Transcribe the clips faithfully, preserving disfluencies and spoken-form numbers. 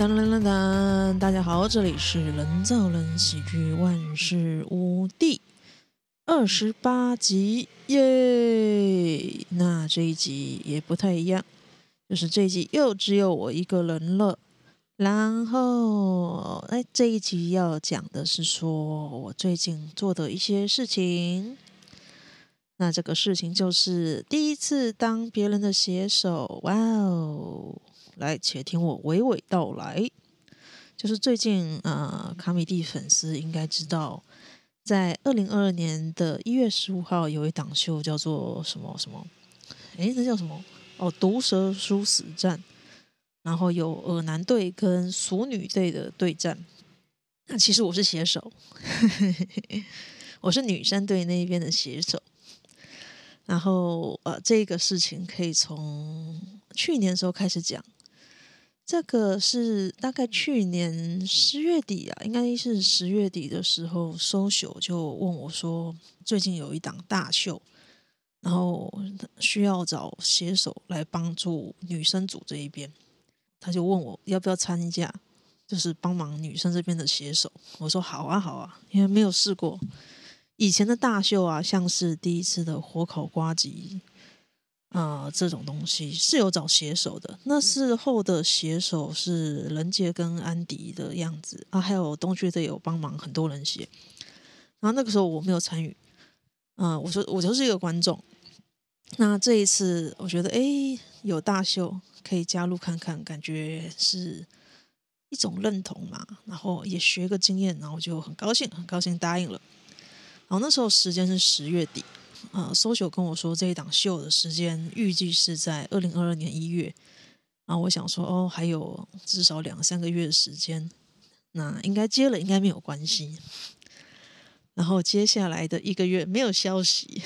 当当当当，大家好，这里是人造人喜剧万事屋第二十八集耶。那这一集也不太一样，就是这一集又只有我一个人了。然后，哎，这一集要讲的是说我最近做的一些事情。那这个事情就是第一次当别人的写手，哇哦！来，且听我娓娓道来。就是最近，呃，卡米蒂粉丝应该知道，在二零二二年的一月十五号有一档秀叫做什么什么？诶，那叫什么？哦，毒蛇殊死战。然后有耳男队跟熟女队的对战。那其实我是写手，我是女生队那边的写手。然后，呃，这个事情可以从去年的时候开始讲。这个是大概去年十月底啊，应该是十月底的时候，social就问我说，最近有一档大秀，然后需要找写手来帮助女生组这一边，他就问我要不要参加，就是帮忙女生这边的写手。我说好啊好啊，因为没有试过。以前的大秀啊，像是第一次的火烤呱吉。呃，这种东西是有找写手的，那事后的写手是任杰跟安迪的样子啊，还有东区的有帮忙，很多人写。然后那个时候我没有参与，嗯、呃，我说我就是一个观众。那这一次我觉得，哎，有大秀可以加入看看，感觉是一种认同嘛，然后也学个经验，然后就很高兴，很高兴答应了。然后那时候时间是十月底。呃，social 跟我说这一档秀的时间预计是在二零二二年一月，然后我想说，哦，还有至少两三个月的时间，那应该接了，应该没有关系。然后接下来的一个月没有消息，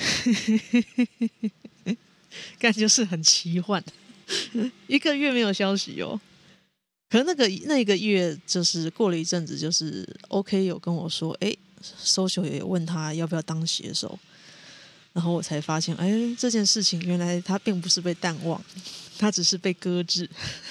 感觉就是很奇幻，一个月没有消息哦。可是那个那个月就是过了一阵子，就是 OK 有跟我说，哎 ，social 也问他要不要当写手。然后我才发现，哎，这件事情原来它并不是被淡忘，它只是被搁置。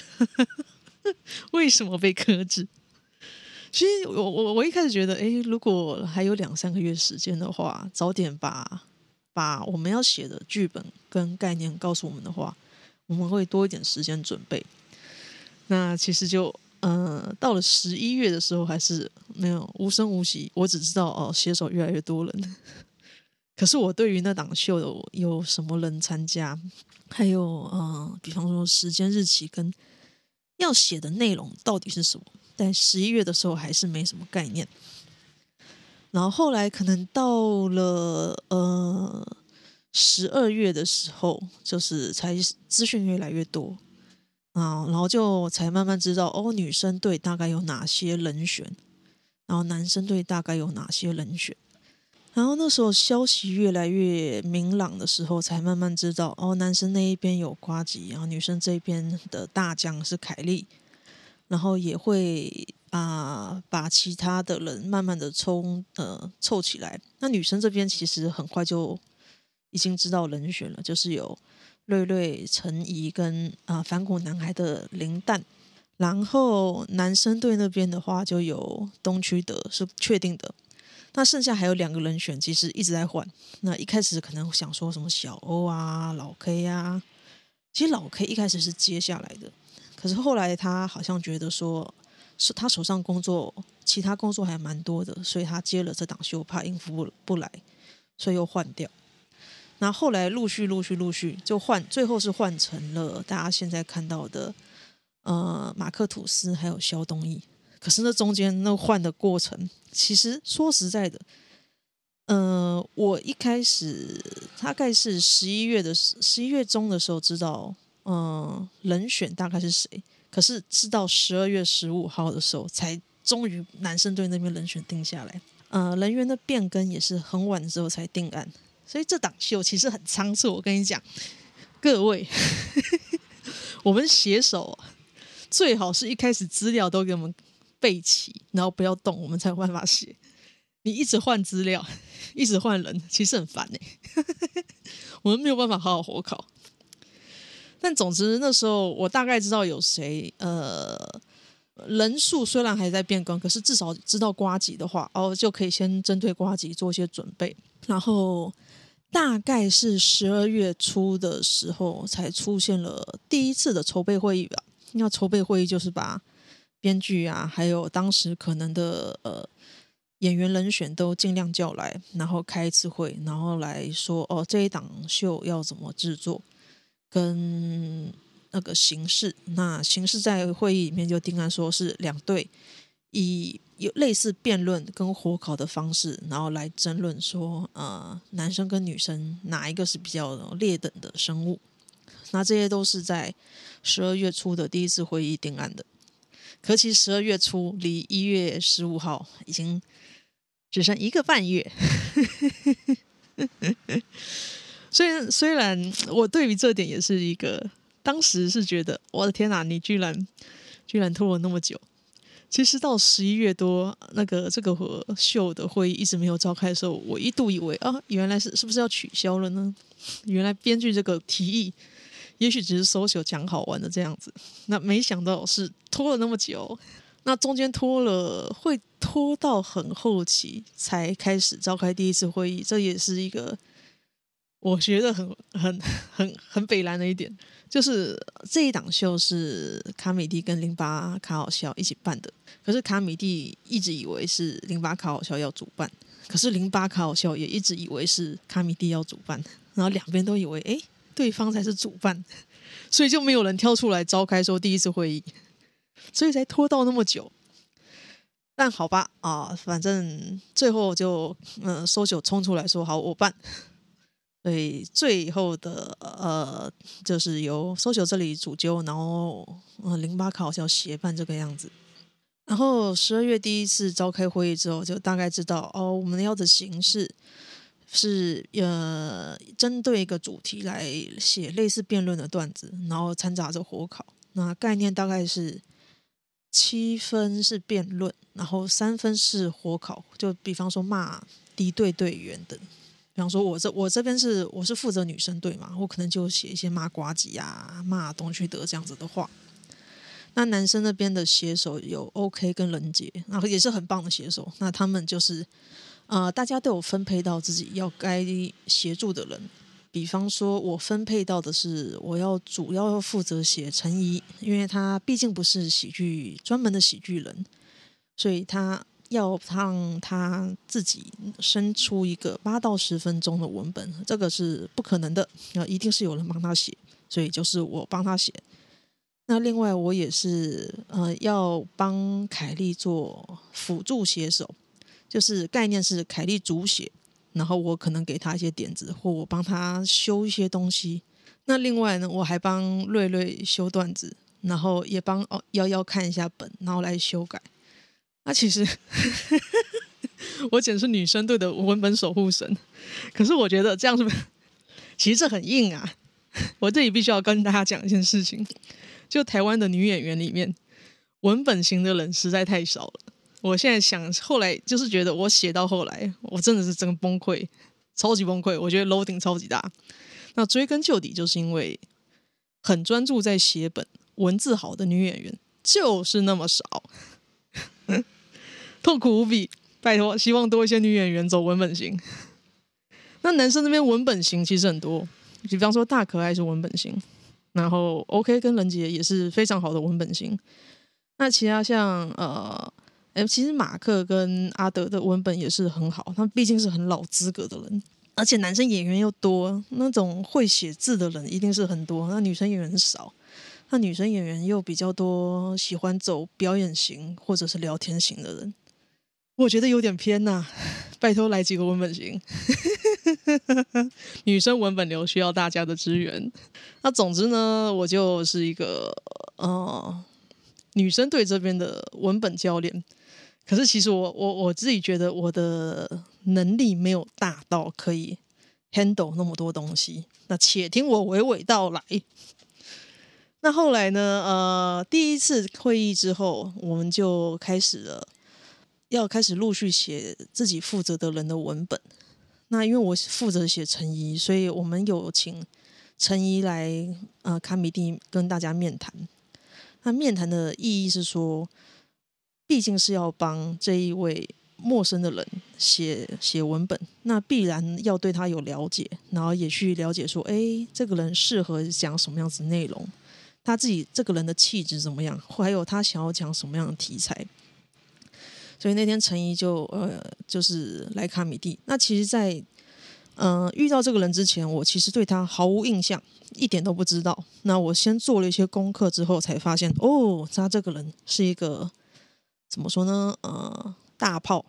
为什么被搁置？其实我我我一开始觉得，哎，如果还有两三个月时间的话，早点把把我们要写的剧本跟概念告诉我们的话，我们会多一点时间准备。那其实就呃，到了十一月的时候，还是没有无声无息。我只知道哦，写手越来越多人。可是我对于那档秀有有什么人参加，还有呃，比方说时间日期跟要写的内容到底是什么，在十一月的时候还是没什么概念。然后后来可能到了呃十二月的时候，就是才资讯越来越多啊，然后就才慢慢知道哦，女生队大概有哪些人选，然后男生队大概有哪些人选。然后那时候消息越来越明朗的时候，才慢慢知道哦，男生那一边有呱吉，然后女生这边的大将是凯莉，然后也会啊、呃、把其他的人慢慢的凑呃凑起来。那女生这边其实很快就已经知道人选了，就是有瑞瑞、陈怡跟啊、呃、反骨男孩的林蛋。然后男生队那边的话，就有东区的是确定的。那剩下还有两个人选，其实一直在换。那一开始可能想说什么小欧啊、老 K 啊，其实老 K 一开始是接下来的，可是后来他好像觉得说，是他手上工作，其他工作还蛮多的，所以他接了这档秀，怕应付不不来，所以又换掉。那后来陆续陆续陆续就换，最后是换成了大家现在看到的，呃，马克吐斯还有肖东义。可是那中间那换的过程，其实说实在的，呃，我一开始大概是十一月的十一月中的时候知道，嗯、呃，人选大概是谁。可是是到十二月十五号的时候，才终于男生队那边人选定下来。呃，人员的变更也是很晚之后才定案，所以这档秀其实很仓促。我跟你讲，各位，我们写手最好是一开始资料都给我们备齐，然后不要动，我们才有办法写。你一直换资料，一直换人，其实很烦哎、欸。我们没有办法好好火烤。但总之那时候我大概知道有谁，呃， 人数虽然还在变更，可是至少知道呱吉的话，哦，就可以先针对呱吉做一些准备。然后大概是十二月初的时候才出现了第一次的筹备会议吧。那筹备会议就是把编剧啊，还有当时可能的呃演员人选都尽量叫来，然后开一次会，然后来说哦这一档秀要怎么制作，跟那个形式。那形式在会议里面就定案说是两队以有类似辩论跟火烤的方式，然后来争论说呃男生跟女生哪一个是比较劣等的生物。那这些都是在十二月初的第一次会议定案的。可其实十二月初离一月十五号已经只剩一个半月。虽然虽然我对于这点也是一个，当时是觉得我的天哪，你居然居然拖了那么久。其实到十一月多，那个这个秀的会议一直没有召开的时候，我一度以为啊，原来是是不是要取消了呢？原来编剧这个提议，也许只是 social 讲好玩的这样子，那没想到是拖了那么久。那中间拖了，会拖到很后期才开始召开第一次会议，这也是一个我觉得很很很很北蓝的一点，就是这一档秀是卡米蒂跟零八卡好笑一起办的，可是卡米蒂一直以为是零八卡好笑要主办，可是零八卡好笑也一直以为是卡米蒂要主办，然后两边都以为诶对方才是主办，所以就没有人挑出来召开说第一次会议，所以才拖到那么久。但好吧啊，反正最后就嗯搜九冲出来说好我办，所以最后的呃就是由搜九这里主揪，然后呃零八卡好笑协办这个样子。然后十二月第一次召开会议之后，就大概知道哦我们要的形式是呃针对一个主题来写类似辩论的段子，然后掺杂着火烤。那概念大概是七分是辩论，然后三分是火烤，就比方说骂敌对队员等。比方说我这我这边是我是负责女生队嘛，我可能就写一些骂呱吉啊、骂东区德这样子的话。那男生那边的写手有 OK 跟任杰，然后也是很棒的写手。那他们就是呃，大家都有分配到自己要该协助的人。比方说我分配到的是我要主要负责写陈怡，因为他毕竟不是喜剧专门的喜剧人，所以他要让他自己生出一个八到十分钟的文本，这个是不可能的，一定是有人帮他写，所以就是我帮他写。那另外我也是呃要帮凯莉做辅助写手，就是概念是凯莉主写，然后我可能给他一些点子，或我帮他修一些东西。那另外呢，我还帮瑞瑞修段子，然后也帮哦幺幺看一下本，然后来修改。那其实我简直是女生队的文本守护神，可是我觉得这样是不是其实这很硬啊。我这里必须要跟大家讲一件事情，就台湾的女演员里面，文本型的人实在太少了。我现在想后来就是觉得我写到后来我真的是真崩溃，超级崩溃，我觉得 loading 超级大。那追根究底就是因为很专注在写本文字好的女演员就是那么少。痛苦无比，拜托希望多一些女演员走文本型。那男生那边文本型其实很多，比方说大可爱是文本型，然后 OK 跟任杰也是非常好的文本型。那其他像呃欸、其实马克跟阿德的文本也是很好，他们毕竟是很老资格的人，而且男生演员又多，那种会写字的人一定是很多，那女生演员少，那女生演员又比较多喜欢走表演型或者是聊天型的人，我觉得有点偏呐、啊，拜托来几个文本型。女生文本流需要大家的支援。那总之呢，我就是一个呃女生队这边的文本教练。可是其实我我我自己觉得我的能力没有大到可以 handle 那么多东西。那且听我娓娓道来。那后来呢？呃，第一次会议之后，我们就开始了，要开始陆续写自己负责的人的文本。那因为我负责写陈怡，所以我们有请陈怡来呃卡米蒂跟大家面谈。 那面谈的意义是说，毕竟是要帮这一位陌生的人写写文本，那必然要对他有了解，然后也去了解说，哎，这个人适合讲什么样子内容，他自己这个人的气质怎么样，还有他想要讲什么样的题材。所以那天陈怡就呃就是来卡米蒂。那其实在，呃遇到这个人之前，我其实对他毫无印象，一点都不知道。那我先做了一些功课之后，才发现哦，他这个人是一个怎么说呢？呃，大炮。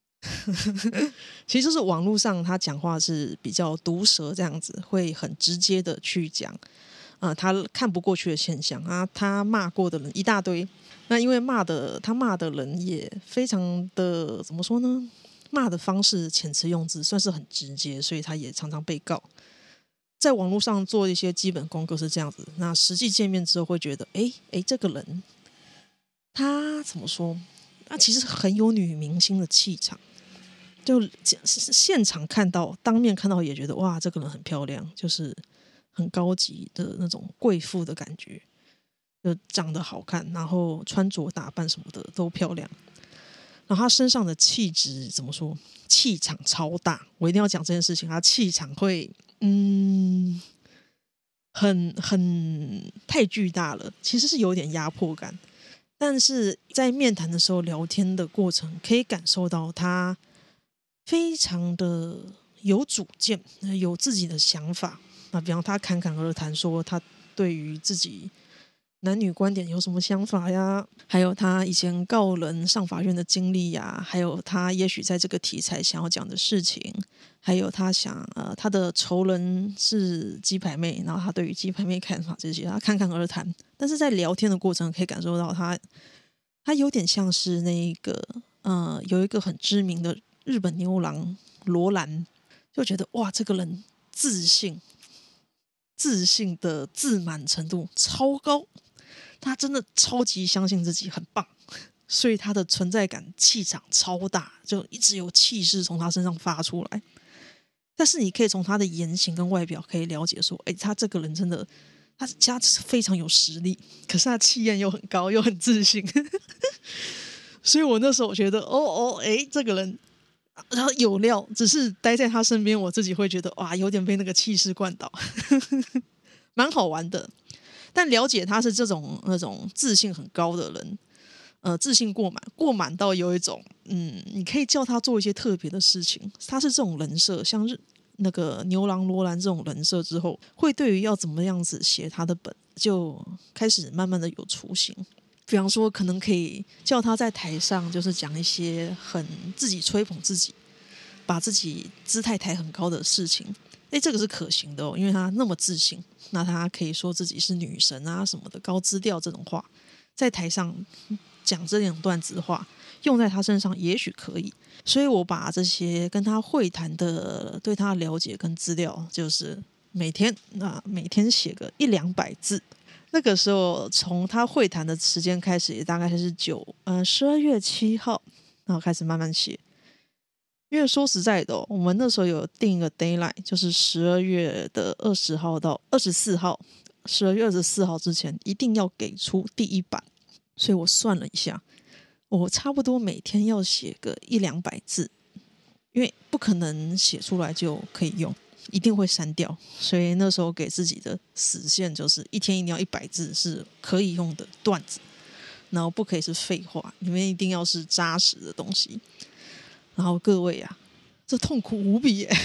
其实就是网络上他讲话是比较毒舌这样子，会很直接的去讲，呃，他看不过去的现象啊，他骂过的人一大堆。那因为骂的他骂的人也非常的怎么说呢？骂的方式遣词用字算是很直接，所以他也常常被告。在网络上做一些基本功课是这样子，那实际见面之后会觉得，哎哎，这个人他怎么说？他其实很有女明星的气场。就现场看到，当面看到也觉得哇，这个人很漂亮，就是很高级的那种贵妇的感觉，就长得好看，然后穿着打扮什么的都漂亮。然后他身上的气质怎么说？气场超大，我一定要讲这件事情。他气场会，嗯，很很太巨大了，其实是有点压迫感。但是在面谈的时候，聊天的过程可以感受到他非常的有主见，有自己的想法。那比方他侃侃而谈说他对于自己男女观点有什么想法呀，还有他以前告人上法院的经历呀，还有他也许在这个题材想要讲的事情，还有他想呃他的仇人是鸡排妹，然后他对于鸡排妹看法这些，他侃侃而谈。但是在聊天的过程可以感受到他他有点像是那个呃有一个很知名的日本牛郎罗兰，就觉得哇，这个人自信自信的自满程度超高，他真的超级相信自己很棒，所以他的存在感气场超大，就一直有气势从他身上发出来。但是你可以从他的言行跟外表可以了解说，哎，他这个人真的他他非常有实力，可是他气焰又很高，又很自信。所以我那时候我觉得哦哦，哎，这个人然后有料，只是待在他身边，我自己会觉得哇，有点被那个气势灌倒，蛮好玩的。但了解他是这种那种自信很高的人，呃，自信过满，过满到有一种，嗯，你可以叫他做一些特别的事情。他是这种人设，像日那个牛郎罗兰这种人设之后，会对于要怎么样子写他的本，就开始慢慢的有雏形。比方说，可能可以叫他在台上就是讲一些很自己吹捧自己，把自己姿态抬很高的事情。哎，这个是可行的哦，因为他那么自信，那他可以说自己是女神啊什么的，高姿调这种话，在台上讲这种段子的话，用在他身上也许可以。所以我把这些跟他会谈的对他了解跟资料，就是每天那每天写个一两百字。那个时候从他会谈的时间开始，也大概是九呃十二月七号，然后开始慢慢写。因为说实在的、哦，我们那时候有定一个 deadline， 就是十二月的二十号到二十四号，十二月二十四号之前一定要给出第一版。所以我算了一下，我差不多每天要写个一两百字，因为不可能写出来就可以用，一定会删掉。所以那时候给自己的死线就是一天一定要一百字是可以用的段子，然后不可以是废话，里面一定要是扎实的东西。然后各位啊，这痛苦无比耶！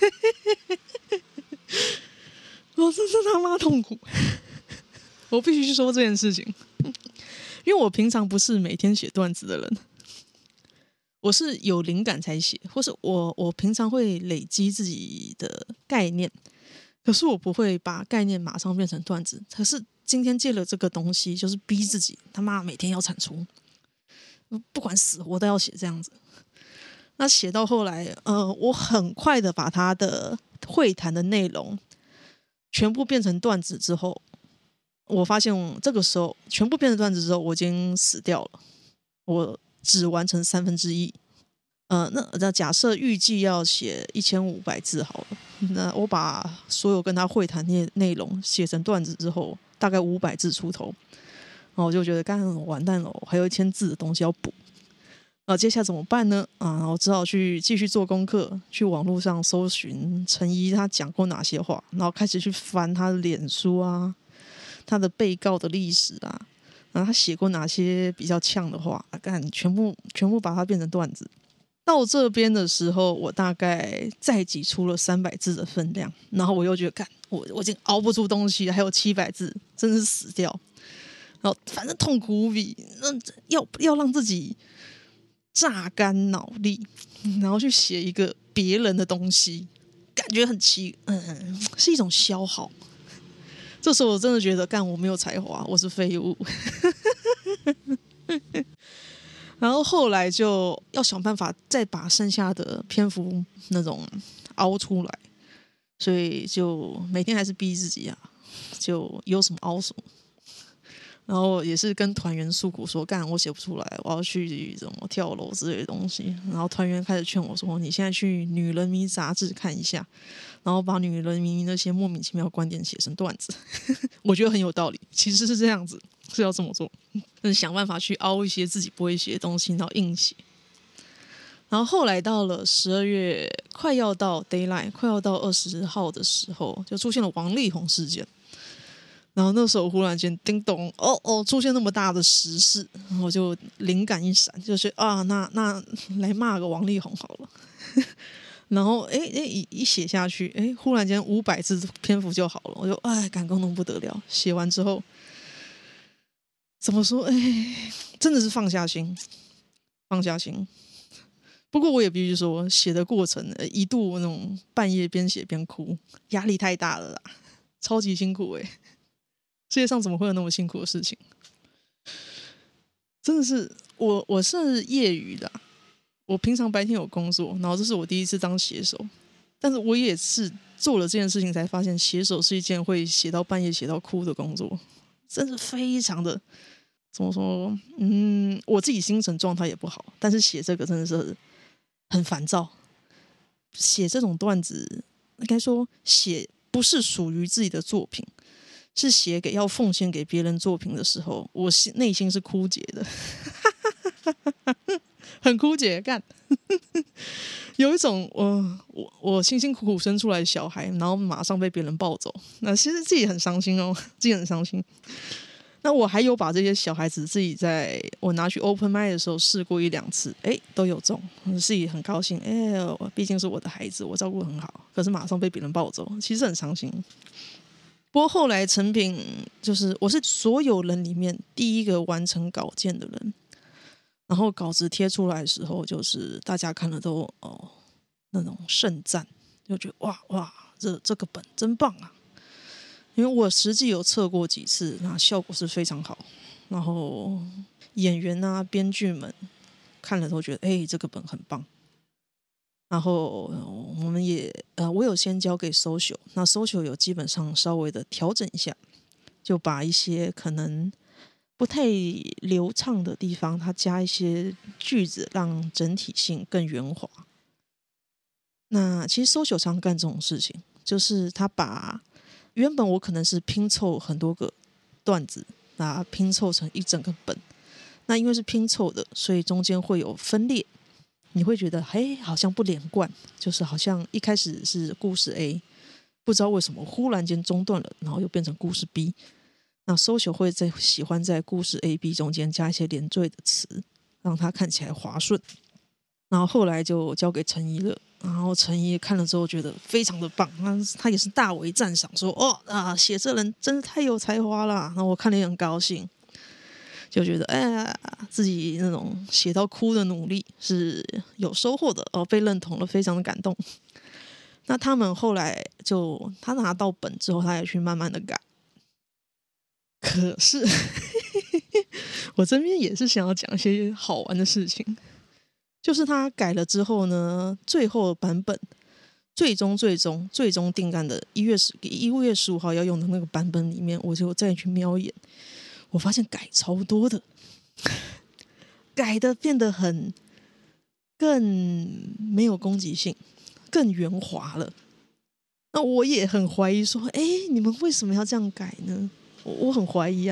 我真是他妈痛苦，我必须去说这件事情，因为我平常不是每天写段子的人，我是有灵感才写，或是我我平常会累积自己的概念，可是我不会把概念马上变成段子。可是今天借了这个东西，就是逼自己他妈每天要产出，不管死活都要写这样子。那写到后来，呃，我很快的把他的会谈的内容全部变成段子之后，我发现这个时候全部变成段子之后，我已经死掉了，我只完成三分之一。呃，那假设预计要写一千五百字好了，那我把所有跟他会谈内内容写成段子之后，大概五百字出头。 后我就觉得干完蛋了，我还有一千字的东西要补。然后接下来怎么办呢？啊，然后只好去继续做功课，去网络上搜寻陈沂他讲过哪些话，然后开始去翻他的脸书啊，他的被告的历史啊，然后他写过哪些比较呛的话，干全部全部把它变成段子。到这边的时候，我大概再挤出了三百字的分量，然后我又觉得干我我已经熬不出东西了，还有七百字，真是死掉。然后反正痛苦无比，要要让自己榨干脑力，然后去写一个别人的东西，感觉很奇，嗯，是一种消耗。这时候我真的觉得，干我没有才华，我是废物。然后后来就要想办法再把剩下的篇幅那种凹出来，所以就每天还是逼自己啊，就有什么凹什么。然后也是跟团员诉苦说，干我写不出来，我要去怎么跳楼之类的东西。然后团员开始劝我说，你现在去《女人迷》杂志看一下，然后把《女人迷》那些莫名其妙的观点写成段子。我觉得很有道理，其实是这样子，是要这么做，就是想办法去凹一些自己不会写的东西，然后硬写。然后后来到了十二月，快要到 Deadline， 快要到二十号的时候，就出现了王力宏事件。然后那时候忽然间叮咚，哦哦，出现那么大的时事，然后我就灵感一闪，就是啊，那那来骂个王力宏好了。然后哎哎一一写下去，哎，忽然间五百字篇幅就好了，我就哎感动得不得了。写完之后，怎么说？哎，真的是放下心，放下心。不过我也必须说，写的过程一度那种半夜边写边哭，压力太大了啦，超级辛苦哎、欸。世界上怎么会有那么辛苦的事情？真的是我，我是业余的、啊，我平常白天有工作，然后这是我第一次当写手，但是我也是做了这件事情才发现，写手是一件会写到半夜写到哭的工作，真是非常的怎么说？嗯，我自己精神状态也不好，但是写这个真的是很烦躁。写这种段子，应该说写不是属于自己的作品。是写给要奉献给别人作品的时候，我内心是枯竭的，很枯竭，干，有一种我我我辛辛苦苦生出来的小孩，然后马上被别人抱走，那其实自己很伤心哦，自己很伤心。那我还有把这些小孩子自己在我拿去 open mic 的时候试过一两次，哎，都有中，自己很高兴，哎，毕竟是我的孩子，我照顾很好，可是马上被别人抱走，其实很伤心。不过后来成品就是我是所有人里面第一个完成稿件的人，然后稿子贴出来的时候，就是大家看了都哦那种盛赞，就觉得哇哇这这个本真棒啊！因为我实际有测过几次，那效果是非常好，然后演员啊编剧们看了都觉得哎这个本很棒。然后我们也呃，我有先交给 social， 那 social 有基本上稍微的调整一下，就把一些可能不太流畅的地方，它加一些句子，让整体性更圆滑。那其实 social 常干这种事情，就是他把原本我可能是拼凑很多个段子，把它拼凑成一整个本。那因为是拼凑的，所以中间会有分裂。你会觉得嘿好像不连贯，就是好像一开始是故事 A， 不知道为什么忽然间中断了，然后又变成故事 B。 那 social 会在喜欢在故事 A、B 中间加一些连缀的词，让它看起来滑顺。然后后来就交给陈沂了，然后陈沂看了之后觉得非常的棒，他他也是大为赞赏，说哦啊写这人真是太有才华了。然后我看了也很高兴，就觉得哎呀，自己那种写到哭的努力是有收获的哦，被认同了，非常的感动。那他们后来就他拿到本之后，他也去慢慢的改。可是我这边也是想要讲一些好玩的事情，就是他改了之后呢，最后的版本最终最终最终定案的一月十一月十五号要用的那个版本里面，我就再去瞄一眼，我发现改超多的，改的变得很更没有攻击性，更圆滑了。那我也很怀疑说，哎，你们为什么要这样改呢？我我很怀疑啊，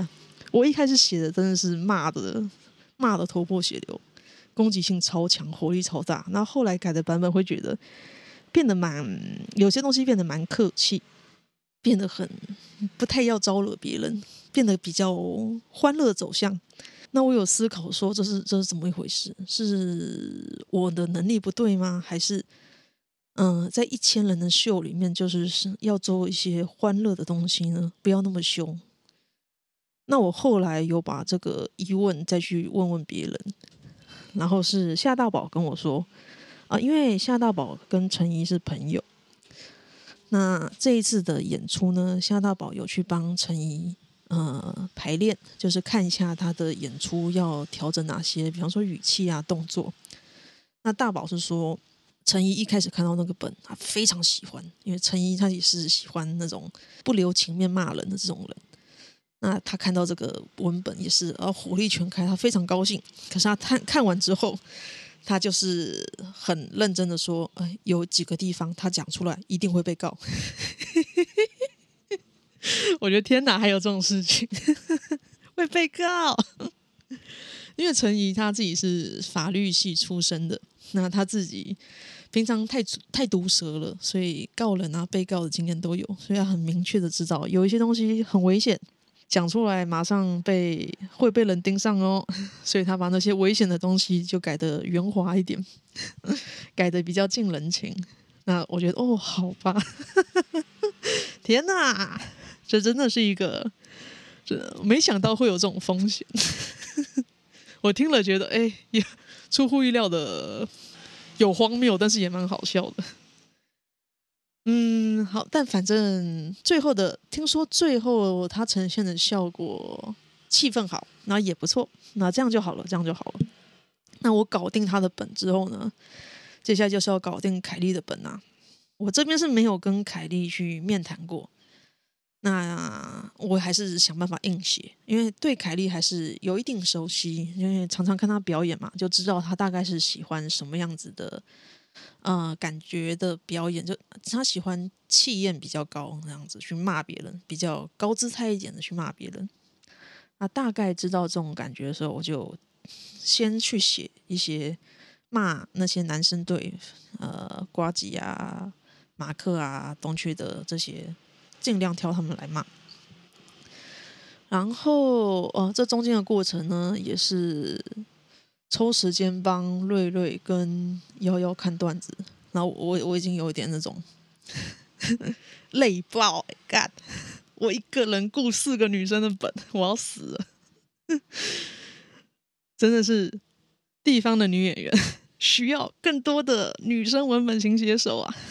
我一开始写的真的是骂的骂的头破血流，攻击性超强，火力超大。那后来改的版本会觉得变得蛮有些东西变得蛮客气，变得很不太要招惹别人，变得比较欢乐走向。那我有思考说这是这是怎么一回事？是我的能力不对吗？还是嗯、呃，在一千人的秀里面，就是是要做一些欢乐的东西呢？不要那么凶。那我后来有把这个疑问再去问问别人，然后是夏大宝跟我说啊，因为夏大宝跟陈怡是朋友，那这一次的演出呢，夏大宝有去帮陈怡呃排练，就是看一下他的演出要调整哪些，比方说语气啊、动作。那大宝是说，陈怡一开始看到那个本，他非常喜欢，因为陈怡他也是喜欢那种不留情面骂人的这种人。那他看到这个文本也是呃火力全开，他非常高兴。可是他看看完之后，他就是很认真的说，呃，有几个地方他讲出来一定会被告。我觉得天哪，还有这种事情会被告？因为陈怡他自己是法律系出身的，那他自己平常太太毒舌了，所以告人啊、被告的经验都有，所以他很明确的知道有一些东西很危险。讲出来马上被会被人盯上哦，所以他把那些危险的东西就改得圆滑一点，改得比较近人情。那我觉得哦，好吧，天哪，这真的是一个，这没想到会有这种风险。我听了觉得，哎，也出乎意料的有荒谬，但是也蛮好笑的。嗯，好，但反正最后的听说最后它呈现的效果气氛好，那也不错，那这样就好了，这样就好了。那我搞定他的本之后呢，接下来就是要搞定凯莉的本啊。我这边是没有跟凯莉去面谈过，那我还是想办法硬写，因为对凯莉还是有一定熟悉，因为常常看她表演嘛，就知道她大概是喜欢什么样子的。呃，感觉的表演，就他喜欢气焰比较高那样子去骂别人，比较高姿态一点的去骂别人。那大概知道这种感觉的时候，我就先去写一些骂那些男生队，呃，瓜吉啊、马克啊、东区的这些，尽量挑他们来骂。然后，呃，这中间的过程呢，也是抽时间帮瑞瑞跟幺幺看段子，然后我我已经有一点那种累爆，干！我一个人顾四个女生的本，我要死了！真的是地方的女演员需要更多的女生文本型写手啊！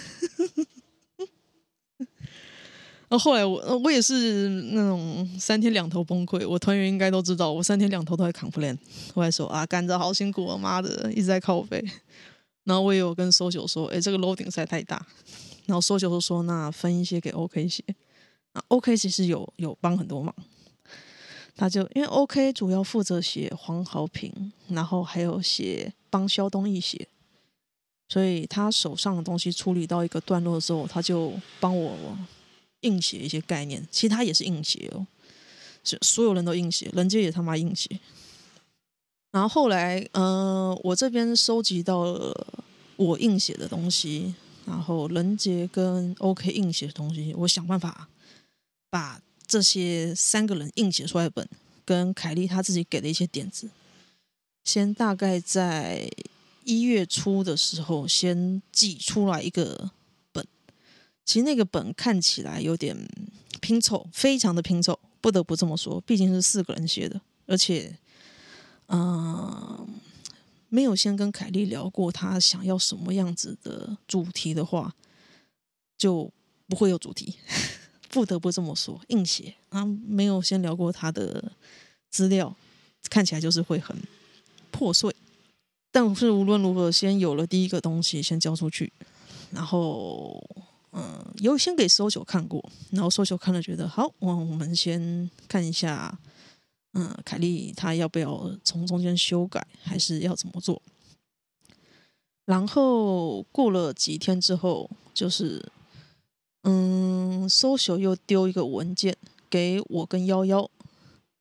然后后来我我也是那种三天两头崩溃，我团员应该都知道，我三天两头都在 complain， 我还说啊，干着好辛苦啊，妈的，一直在靠背。然后我也有跟搜九说，哎，这个 loading 实在太大。然后搜九就说，那分一些给 OK 写。那 OK 其实有有帮很多忙，他就因为 OK 主要负责写黄豪平，然后还有写帮肖东义写，所以他手上的东西处理到一个段落的时候，他就帮我硬写一些概念，其实他也是硬写哦，所有人都硬写，人家也他妈硬写。然后后来，呃，我这边收集到了我硬写的东西，然后人杰跟 OK 硬写的东西，我想办法把这些三个人硬写出来的本，跟凯莉她自己给的一些点子，先大概在一月初的时候先挤出来一个本。其实那个本看起来有点拼凑，非常的拼凑，不得不这么说，毕竟是四个人写的，而且。嗯、呃，没有先跟凯莉聊过她想要什么样子的主题的话，就不会有主题，不得不这么说，硬写啊，没有先聊过她的资料，看起来就是会很破碎。但是无论如何，先有了第一个东西，先交出去，然后嗯，有先给搜九看过，然后搜九看了觉得好，我我们先看一下。嗯，凯莉她要不要从中间修改，还是要怎么做？然后过了几天之后，就是嗯，social 又丢一个文件给我跟幺幺，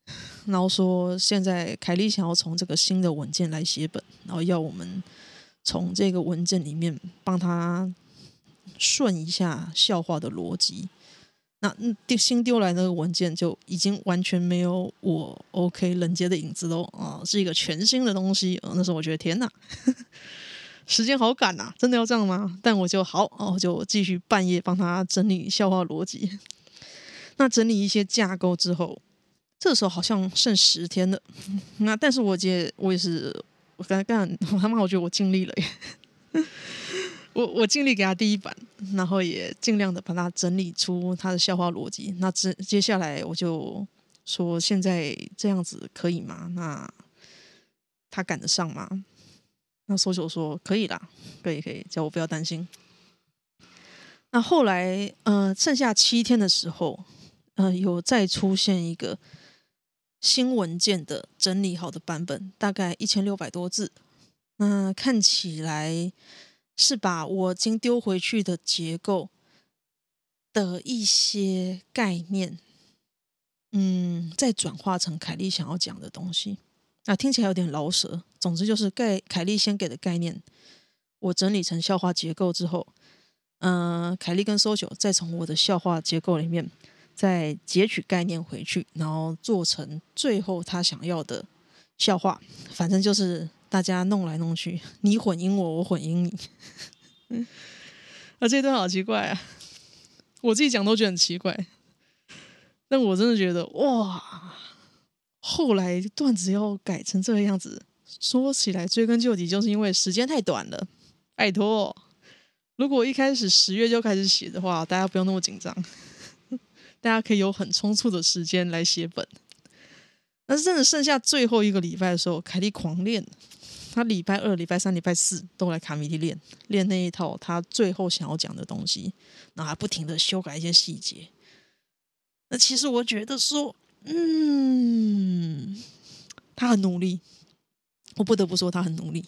然后说现在凯莉想要从这个新的文件来写本，然后要我们从这个文件里面帮他顺一下笑话的逻辑。那新丢来那个文件就已经完全没有我 OK 人杰的影子喽啊、呃，是一个全新的东西、呃、那时候我觉得天哪，时间好赶啊，真的要这样吗？但我就好哦，就继续半夜帮他整理笑话逻辑。那整理一些架构之后，这时候好像剩十天了。那但是我也我也是，我刚刚他妈我觉得我尽力了耶。我我尽力给他第一版，然后也尽量的把它整理出他的笑话逻辑。那接下来我就说，现在这样子可以吗？那他赶得上吗？那搜九说可以啦，可以可以，叫我不要担心。那后来呃，剩下七天的时候，呃，有再出现一个新文件的整理好的版本，大概一千六百多字。那看起来是把我已经丢回去的结构的一些概念，嗯，再转化成凯莉想要讲的东西。啊，听起来有点老舌。总之就是盖凯莉先给的概念，我整理成笑话结构之后，嗯、呃，凯莉跟搜九再从我的笑话结构里面再截取概念回去，然后做成最后他想要的笑话。反正就是大家弄来弄去，你混赢我，我混赢你。啊，这段好奇怪啊！我自己讲都觉得很奇怪，但我真的觉得哇，后来段子要改成这个样子，说起来追根究底，就是因为时间太短了。拜托，如果一开始十月就开始写的话，大家不用那么紧张，大家可以有很充足的时间来写本。但是真的剩下最后一个礼拜的时候，凯莉狂练，他礼拜二、礼拜三、礼拜四都来卡米蒂练练那一套他最后想要讲的东西，然后还不停的修改一些细节。那其实我觉得说，嗯，他很努力，我不得不说他很努力，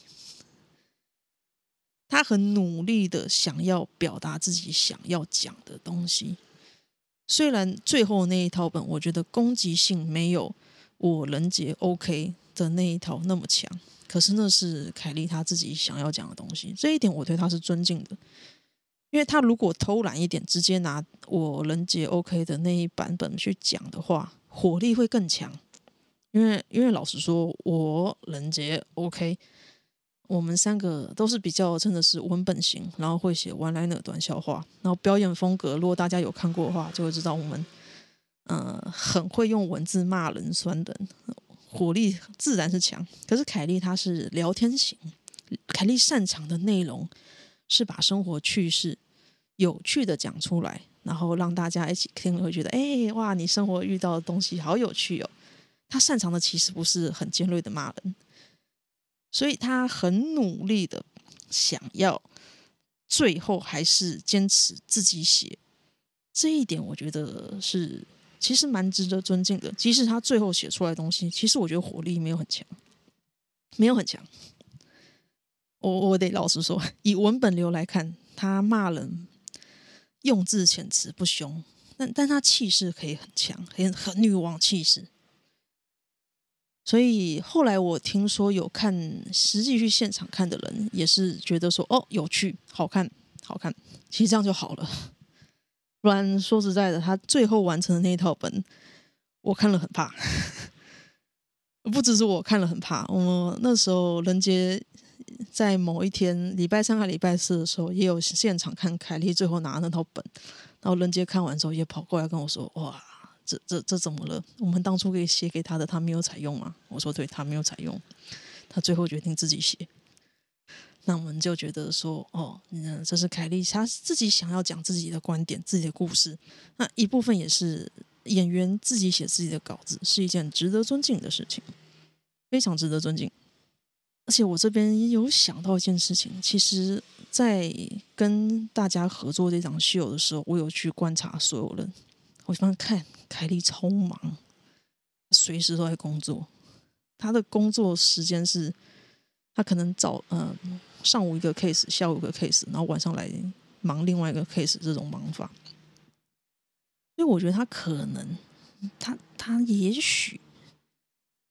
他很努力的想要表达自己想要讲的东西。虽然最后那一套本，我觉得攻击性没有我人杰 OK 的那一套那么强，可是那是凯莉她自己想要讲的东西，这一点我对她是尊敬的。因为他如果偷懒一点，直接拿我人杰 OK 的那一版本去讲的话，火力会更强。因为因为老实说，我人杰 OK， 我们三个都是比较真的是文本型，然后会写 one liner 短笑话，然后表演风格，如果大家有看过的话，就会知道我们呃很会用文字骂人酸人，火力自然是强。可是凯莉她是聊天型，凯莉擅长的内容是把生活趣事有趣的讲出来，然后让大家一起听，会觉得哎、欸、哇，你生活遇到的东西好有趣哦。他擅长的其实不是很尖锐的骂人，所以他很努力的想要最后还是坚持自己写，这一点我觉得是其实蛮值得尊敬的。即使他最后写出来的东西，其实我觉得火力没有很强，没有很强。我我得老实说，以文本流来看，他骂人用字遣词不凶，但但他气势可以很强，很很女王气势。所以后来我听说有看实际去现场看的人，也是觉得说哦有趣、好看、好看，其实这样就好了。不然说实在的，他最后完成的那一套本，我看了很怕。不只是我看了很怕，我那时候人杰在某一天礼拜三还礼拜四的时候，也有现场看凯莉最后拿那套本，然后人杰看完之后也跑过来跟我说：“哇，这这这怎么了？我们当初给写给他的，他没有采用吗？”我说：“对，他没有采用，他最后决定自己写。”那我们就觉得说：“哦，嗯，这是凯莉他自己想要讲自己的观点、自己的故事，那一部分也是演员自己写自己的稿子，是一件值得尊敬的事情，非常值得尊敬。”而且我这边有想到一件事情，其实在跟大家合作这场秀的时候，我有去观察所有人，我发现看凯莉超忙，随时都在工作。他的工作时间是，他可能早呃上午一个 case， 下午一个 case， 然后晚上来忙另外一个 case， 这种忙法。因为我觉得他可能，他他也许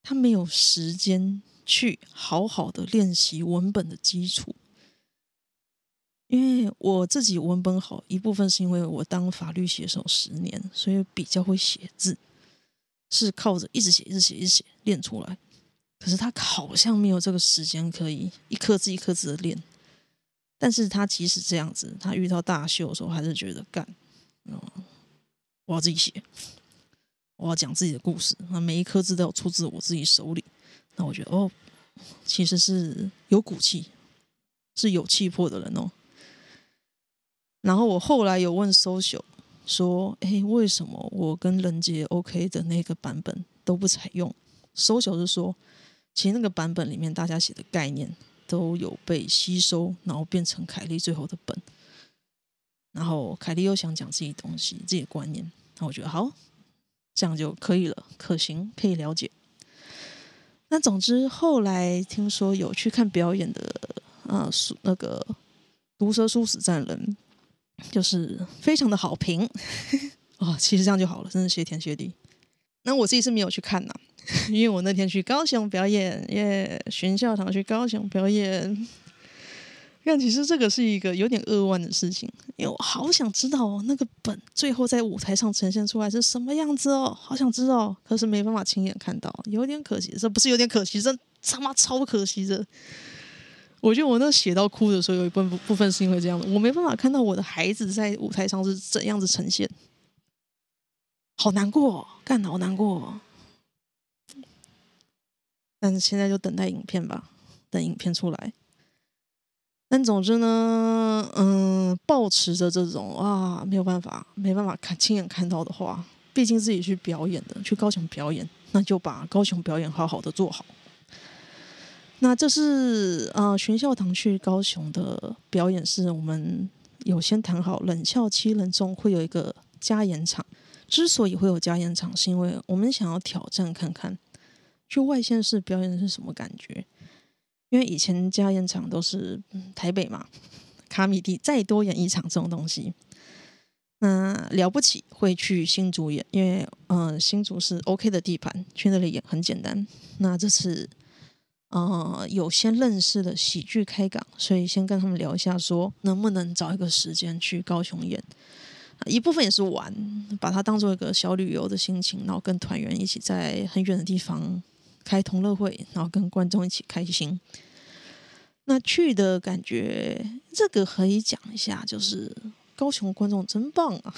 他没有时间去好好的练习文本的基础。因为我自己文本好，一部分是因为我当法律写手十年，所以比较会写字，是靠着一直写、一直写、一直写练出来。可是他好像没有这个时间可以一颗字一颗字的练。但是他即使这样子，他遇到大秀的时候，还是觉得干，嗯，我要自己写，我要讲自己的故事，那每一颗字都要出自我自己手里。那我觉得哦，其实是有骨气，是有气魄的人哦。然后我后来有问 social 说，哎，为什么我跟人杰 OK 的那个版本都不采用？ social 是说，其实那个版本里面大家写的概念都有被吸收，然后变成凯莉最后的本。然后凯莉又想讲自己东西、自己的观念，那我觉得好，这样就可以了，可行，可以了解。那总之后来听说有去看表演的啊、呃，那个毒舌殊死战人。就是非常的好评哦，其实这样就好了，真的谢天谢地。那我自己是没有去看呐，因为我那天去高雄表演，耶，巡校堂去高雄表演。但其实这个是一个有点扼腕的事情，因为我好想知道哦，那个本最后在舞台上呈现出来是什么样子哦，好想知道，可是没办法亲眼看到，有点可惜。这不是有点可惜，这他妈超可惜的。我觉得我那写到哭的时候，有一部部分是因为这样的，我没办法看到我的孩子在舞台上是怎样子呈现，好难过哦，干好难过哦。但是现在就等待影片吧，等影片出来。但总之呢，嗯，抱持着这种啊，没有办法，没办法看亲眼看到的话，毕竟自己去表演的，去高雄表演，那就把高雄表演好好的做好。那这是呃，巡校堂去高雄的表演，是我们有先谈好，冷校七人众会有一个加演场。之所以会有加演场，是因为我们想要挑战看看，去外县市表演的是什么感觉。因为以前加演场都是、嗯、台北嘛，卡米蒂再多演一场这种东西，那了不起会去新竹演，因为呃新竹是 OK 的地盘，去那里演很简单。那这次。呃，有先认识的喜剧开港，所以先跟他们聊一下说，说能不能找一个时间去高雄演。一部分也是玩，把它当做一个小旅游的心情，然后跟团员一起在很远的地方开同乐会，然后跟观众一起开心。那去的感觉，这个可以讲一下，就是高雄观众真棒啊！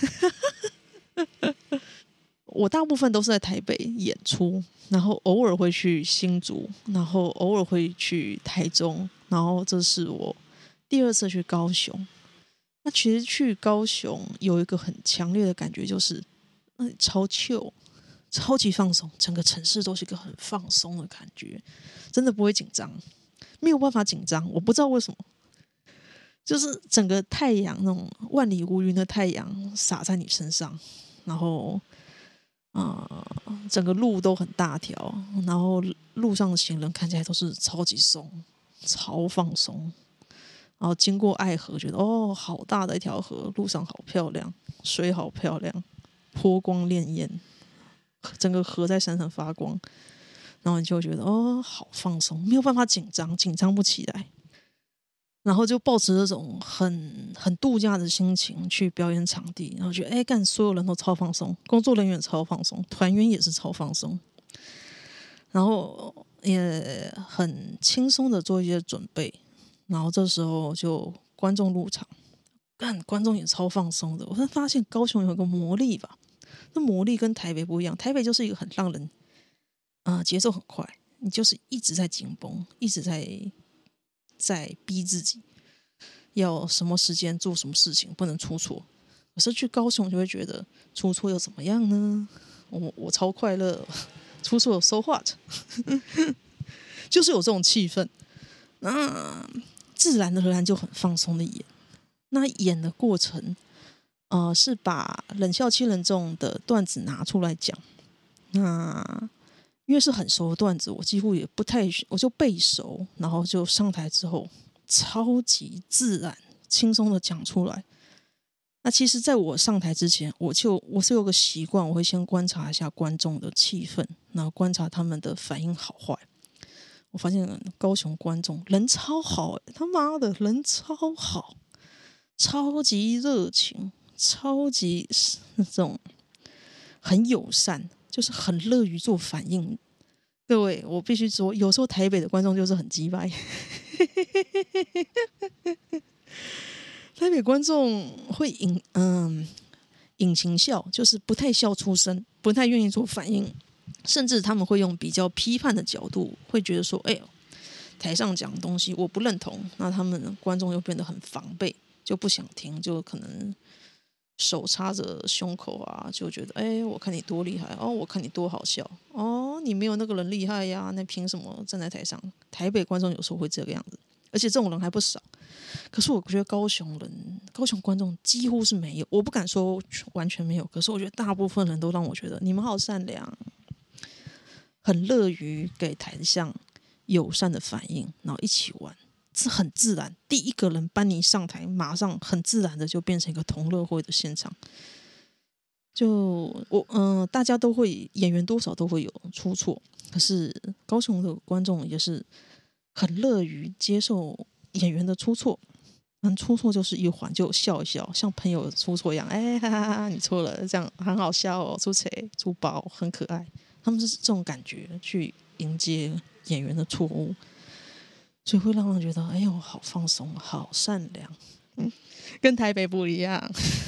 我大部分都是在台北演出，然后偶尔会去新竹，然后偶尔会去台中，然后这是我第二次去高雄。那其实去高雄有一个很强烈的感觉，就是那里超 chill， 超级放松，整个城市都是一个很放松的感觉，真的不会紧张，没有办法紧张，我不知道为什么，就是整个太阳那种万里无云的太阳洒在你身上，然后。啊、呃，整个路都很大条，然后路上的行人看起来都是超级松、超放松。然后经过爱河，觉得哦，好大的一条河，路上好漂亮，水好漂亮，波光潋滟，整个河在闪闪发光。然后你就觉得哦，好放松，没有办法紧张，紧张不起来。然后就抱持这种很很度假的心情去表演场地，然后觉得哎，干所有人都超放松，工作人员超放松，团员也是超放松，然后也很轻松的做一些准备，然后这时候就观众入场，干观众也超放松的。我才发现高雄有一个魔力吧，那魔力跟台北不一样，台北就是一个很让人啊、呃、节奏很快，你就是一直在紧绷，一直在。在逼自己要什么时间做什么事情，不能出错。可是去高雄就会觉得出错又怎么样呢？我我超快乐，出错 so what 就是有这种气氛，那自然而然就很放松的演。那演的过程，呃，是把冷笑七人众的段子拿出来讲。那因为是很熟的段子，我几乎也不太，我就背熟，然后就上台之后，超级自然、轻松的讲出来。 那其实在我上台之前，我就我是有个习惯，我会先观察一下观众的气氛，然后观察他们的反应好坏。我发现高雄观众人超好、欸、他妈的人超好，超级热情，超级那种很友善，就是很乐于做反应。各位，我必须说，有时候台北的观众就是很鸡掰。台北观众会引嗯引情笑，就是不太笑出声，不太愿意做反应，甚至他们会用比较批判的角度，会觉得说：“哎呦，台上讲的东西我不认同。”那他们观众又变得很防备，就不想听，就可能手插着胸口啊，就觉得：“哎，我看你多厉害哦，我看你多好笑哦，你没有那个人厉害呀，那凭什么站在台上？”台北观众有时候会这个样子，而且这种人还不少。可是我觉得高雄人、高雄观众几乎是没有，我不敢说完全没有，可是我觉得大部分人都让我觉得你们好善良，很乐于给台上友善的反应，然后一起玩，这很自然。第一个人搬你上台，马上很自然的就变成一个同乐会的现场。就我嗯、呃，大家都会演员多少都会有出错，可是高雄的观众也是很乐于接受演员的出错。嗯，出错就是一环就笑一笑，像朋友出错一样，哎哈哈哈，你错了，这样很好笑哦，出错出包很可爱，他们是这种感觉去迎接演员的错误，所以会让人觉得，哎呦，好放松，好善良，嗯，跟台北不一样，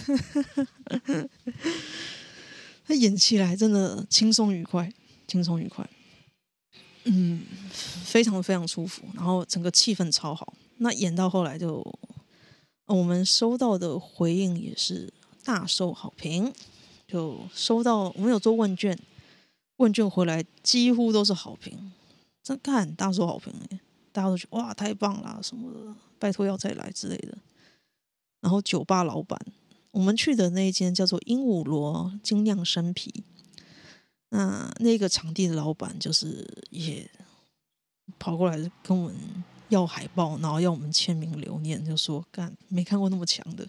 他演起来真的轻松愉快，轻松愉快，嗯，非常非常舒服，然后整个气氛超好。那演到后来就。我们收到的回应也是大受好评，就收到我们有做问卷，问卷回来几乎都是好评，真看大受好评耶，大家都觉得哇太棒啦什么的，拜托要再来之类的。然后酒吧老板，我们去的那一间叫做鹦鹉螺精酿生啤，那那个场地的老板就是也跑过来跟我们要海报，然后要我们签名留念，就说干没看过那么强的，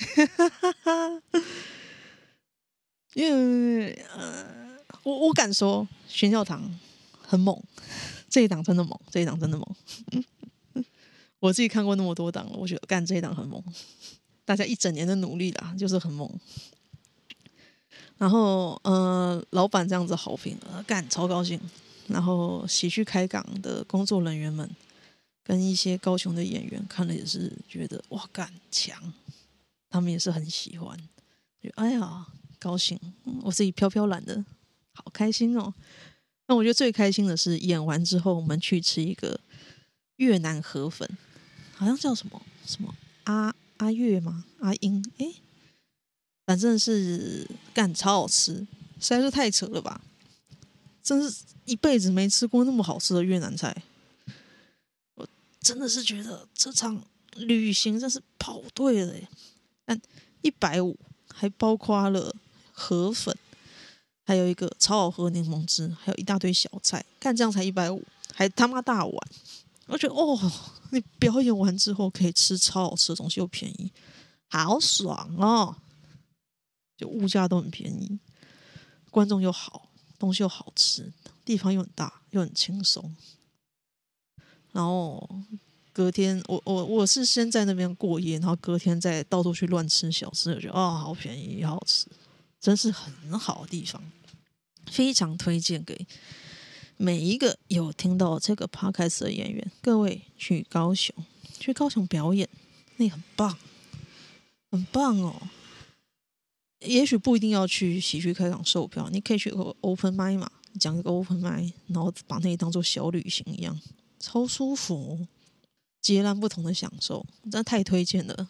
因为呃，我我敢说玄教堂很猛，这一档真的猛，这一档真的猛。我自己看过那么多档了，我觉得干这一档很猛，大家一整年的努力啦，就是很猛。然后呃，老板这样子好评，呃，干超高兴。然后喜剧开港的工作人员们跟一些高雄的演员看了也是觉得哇干强，他们也是很喜欢，就哎呀高兴，我自己飘飘然的，好开心哦。那我觉得最开心的是演完之后，我们去吃一个越南河粉，好像叫什么什么阿阿月吗？阿英哎，反正是干超好吃，实在是太扯了吧！真是一辈子没吃过那么好吃的越南菜，我真的是觉得这场旅行真是跑对了耶！但一百五还包括了河粉，还有一个超好喝柠檬汁，还有一大堆小菜，干这样才一百五，还他妈大碗！我觉得哦，你表演完之后可以吃超好吃的东西又便宜，好爽哦！就物价都很便宜，观众又好，东西又好吃，地方又很大，又很轻松。然后隔天，我我我是先在那边过夜，然后隔天再到处去乱吃小吃，我觉得啊、哦，好便宜，好好吃，真是很好的地方，非常推荐给每一个有听到这个 podcast 的演员，各位去高雄，去高雄表演，那很棒，很棒哦。也许不一定要去喜剧开港售票，你可以去个 open mic 嘛，讲一个 open mic，然后把那里当做小旅行一样，超舒服，截然不同的享受，真的太推荐了。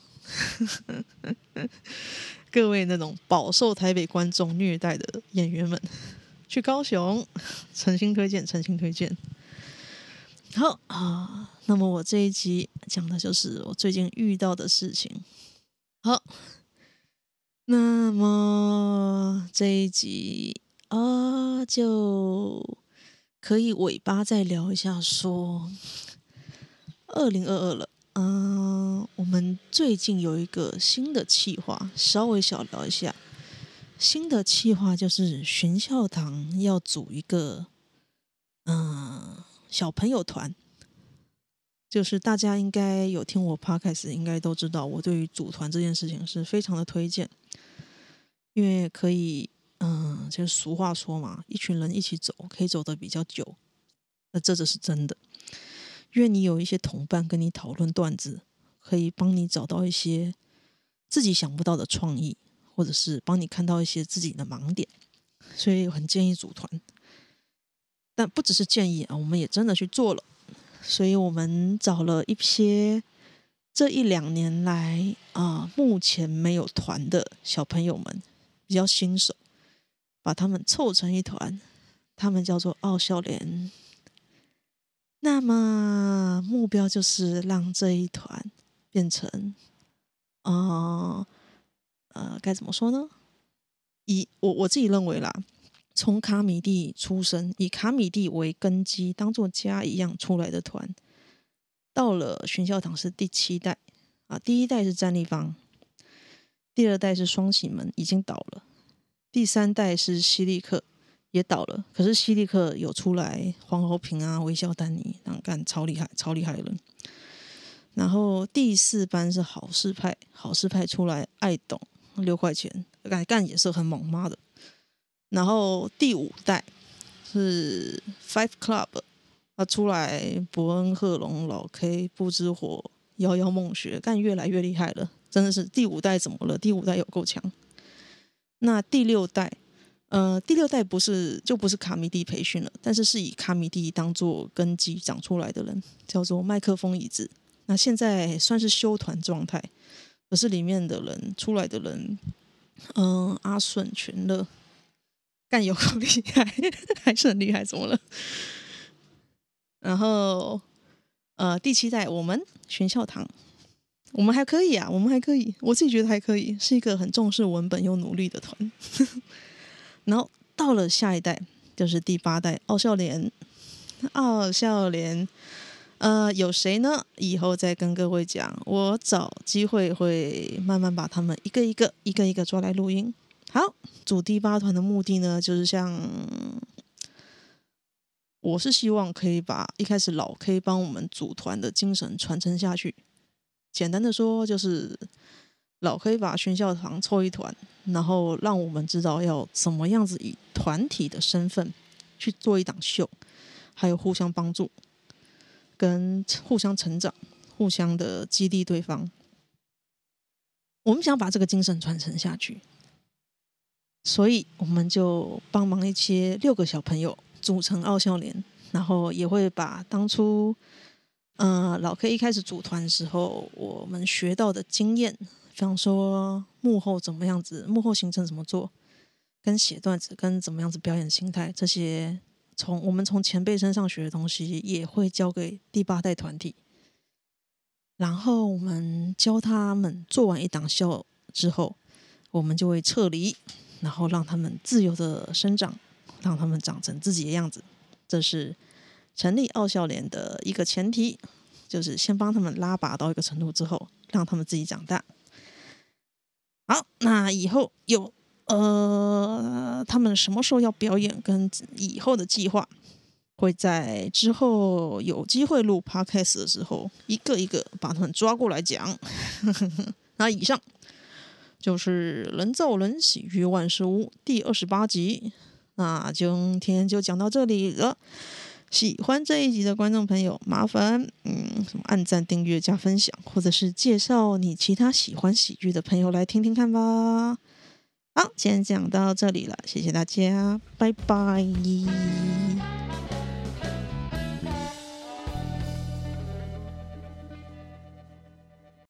各位那种饱受台北观众虐待的演员们，去高雄，诚心推荐，诚心推荐。好啊，那么我这一集讲的就是我最近遇到的事情。好。那么这一集啊，就可以尾巴再聊一下说，二零二二了， 嗯、呃，我们最近有一个新的企划，稍微小聊一下。新的企划就是全校堂要组一个嗯、呃、小朋友团，就是大家应该有听我 podcast， 应该都知道我对于组团这件事情是非常的推荐，因为可以嗯，就是俗话说嘛，一群人一起走，可以走得比较久。那这只是真的，因为你有一些同伴跟你讨论段子，可以帮你找到一些自己想不到的创意，或者是帮你看到一些自己的盲点，所以很建议组团。但不只是建议啊，我们也真的去做了。所以我们找了一些这一两年来啊、呃，目前没有团的小朋友们，比较新手，把他们凑成一团，他们叫做傲笑联。那么目标就是让这一团变成，呃呃，该怎么说呢？以我我自己认为啦，从卡米蒂出生，以卡米蒂为根基，当做家一样出来的团，到了全校堂是第七代啊，第一代是战立方，第二代是双喜门已经倒了，第三代是犀利克也倒了，可是犀利克有出来黄豪平啊、微笑丹尼，那干超厉害，超厉害的人。然后第四班是好事派，好事派出来爱董六块钱，干干也是很猛妈的。然后第五代是 Five Club， 啊出来伯恩贺龙、老 K、不知火、遥遥梦雪，干越来越厉害了，真的是第五代怎么了？第五代有够强。那第六代，呃，第六代不是就不是卡米蒂培训了，但是是以卡米蒂当做根基长出来的人，叫做麦克风椅子。那现在算是休团状态，可是里面的人出来的人，嗯、呃，阿顺、全乐，干有够厉害，还是很厉害，怎么了？然后，呃，第七代我们全校堂，我们还可以啊，我们还可以，我自己觉得还可以，是一个很重视文本又努力的团。然后到了下一代，就是第八代傲笑联，傲笑联。呃，有谁呢？以后再跟各位讲，我找机会会慢慢把他们一个一个、一个一个抓来录音。好，组第八团的目的呢，就是像我是希望可以把一开始老 K 帮我们组团的精神传承下去。简单的说，就是老 K 把全校堂凑一团，然后让我们知道要怎么样子以团体的身份去做一档秀，还有互相帮助。跟互相成长，互相的激励对方，我们想把这个精神传承下去，所以我们就帮忙一些六个小朋友组成傲笑联，然后也会把当初呃老 K 一开始组团的时候我们学到的经验，比方说幕后怎么样子，幕后行程怎么做，跟写段子，跟怎么样子表演心态，这些从我们从前辈身上学的东西也会教给第八代团体，然后我们教他们做完一档秀之后，我们就会撤离，然后让他们自由的生长，让他们长成自己的样子。这是成立傲笑联的一个前提，就是先帮他们拉拔到一个程度之后，让他们自己长大。好，那以后有呃，他们什么时候要表演，跟以后的计划，会在之后有机会录 podcast 的时候，一个一个把他们抓过来讲。那以上就是人造人喜剧万事屋第二十八集，那今天就讲到这里了。喜欢这一集的观众朋友，麻烦嗯，什么按赞、订阅、加分享，或者是介绍你其他喜欢喜剧的朋友来听听看吧。好，今天讲到这里了，谢谢大家，拜拜。